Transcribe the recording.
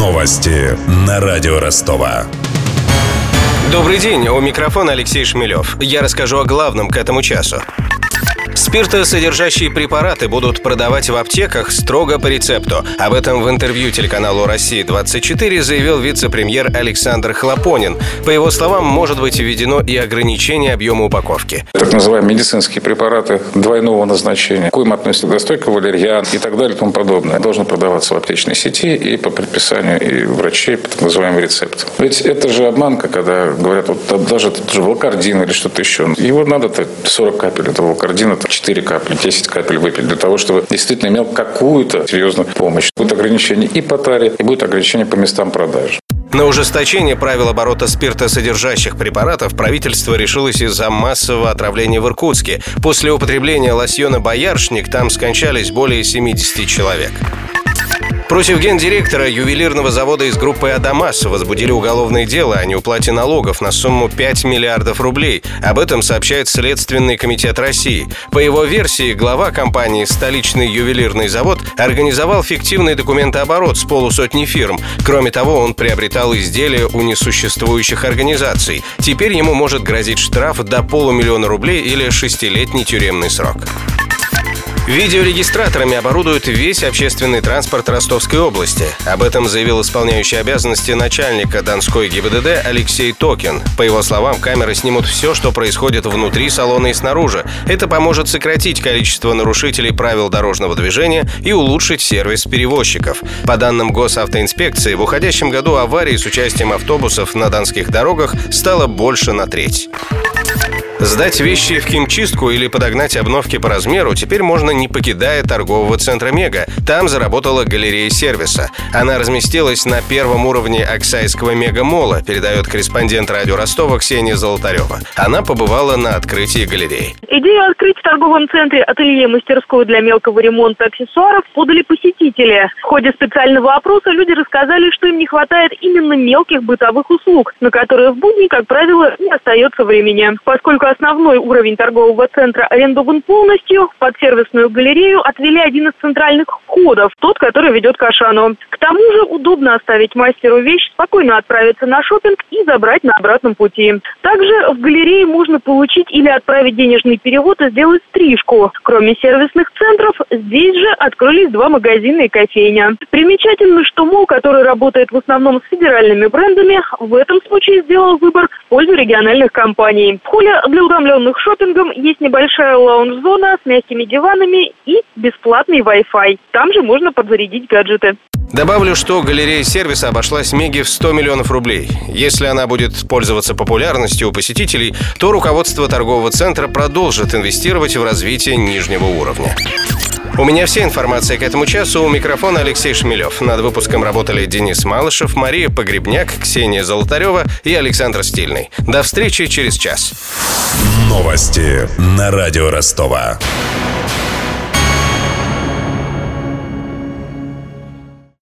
Новости на радио Ростова. Добрый день, у микрофона Алексей Шмелев. Я расскажу о главном к этому часу. Спиртосодержащие препараты будут продавать в аптеках строго по рецепту. Об этом в интервью телеканалу «Россия-24» заявил вице-премьер Александр Хлопонин. По его словам, может быть введено и ограничение объема упаковки. Так называемые медицинские препараты двойного назначения, к коим относятся достойка, валерьян и так далее и тому подобное, должны продаваться в аптечной сети и по предписанию и врачей по так называемому рецепту. Ведь это же обманка, когда говорят, вот даже это же волкардин или что-то еще. Его надо-то 40 капель этого волкардина, 4 капли, 10 капель выпить для того, чтобы действительно имел какую-то серьезную помощь. Будет ограничение и по таре, и будет ограничение по местам продажи. На ужесточение правил оборота спиртосодержащих препаратов правительство решилось из-за массового отравления в Иркутске. После употребления лосьона «Бояршник» там скончались более 70 человек. Против гендиректора ювелирного завода из группы «Адамас» возбудили уголовное дело о неуплате налогов на сумму 5 миллиардов рублей. Об этом сообщает Следственный комитет России. По его версии, глава компании «Столичный ювелирный завод» организовал фиктивный документооборот с полусотни фирм. Кроме того, он приобретал изделия у несуществующих организаций. Теперь ему может грозить штраф до 500 000 рублей или 6-летний тюремный срок. Видеорегистраторами оборудуют весь общественный транспорт Ростовской области. Об этом заявил исполняющий обязанности начальника Донской ГИБДД Алексей Токин. По его словам, камеры снимут все, что происходит внутри салона и снаружи. Это поможет сократить количество нарушителей правил дорожного движения и улучшить сервис перевозчиков. По данным Госавтоинспекции, в уходящем году аварий с участием автобусов на донских дорогах стало больше на треть. Сдать вещи в химчистку или подогнать обновки по размеру теперь можно, не покидая торгового центра «Мега». Там заработала галерея сервиса. Она разместилась на первом уровне Оксайского мега-молла, передает корреспондент радио Ростова Ксения Золотарева. Она побывала на открытии галереи. Идею открыть в торговом центре ателье-мастерскую для мелкого ремонта аксессуаров подали посетители. В ходе специального опроса люди рассказали, что им не хватает именно мелких бытовых услуг, на которые в будни, как правило, не остается времени. Поскольку основной уровень торгового центра арендован полностью, под сервисную галерею отвели один из центральных входов, тот, который ведет к Ашану. К тому же удобно оставить мастеру вещь, спокойно отправиться на шопинг и забрать на обратном пути. Также в галерее можно получить или отправить денежный перевод и сделать стрижку. Кроме сервисных центров, здесь же открылись 2 магазина и кофейня. Примечательно, что молл, который работает в основном с федеральными брендами, в этом случае сделал выбор в пользу региональных компаний. В холле для утомленных шопингом есть небольшая лаунж-зона с мягкими диванами и бесплатный Wi-Fi. Там же можно подзарядить гаджеты. Добавлю, что галерея сервиса обошлась Меге в 100 миллионов рублей. Если она будет пользоваться популярностью у посетителей, то руководство торгового центра продолжит инвестировать в развитие нижнего уровня. У меня вся информация к этому часу. У микрофона Алексей Шмелев. Над выпуском работали Денис Малышев, Мария Погребняк, Ксения Золотарева и Александр Стильный. До встречи через час. Новости на радио Ростова.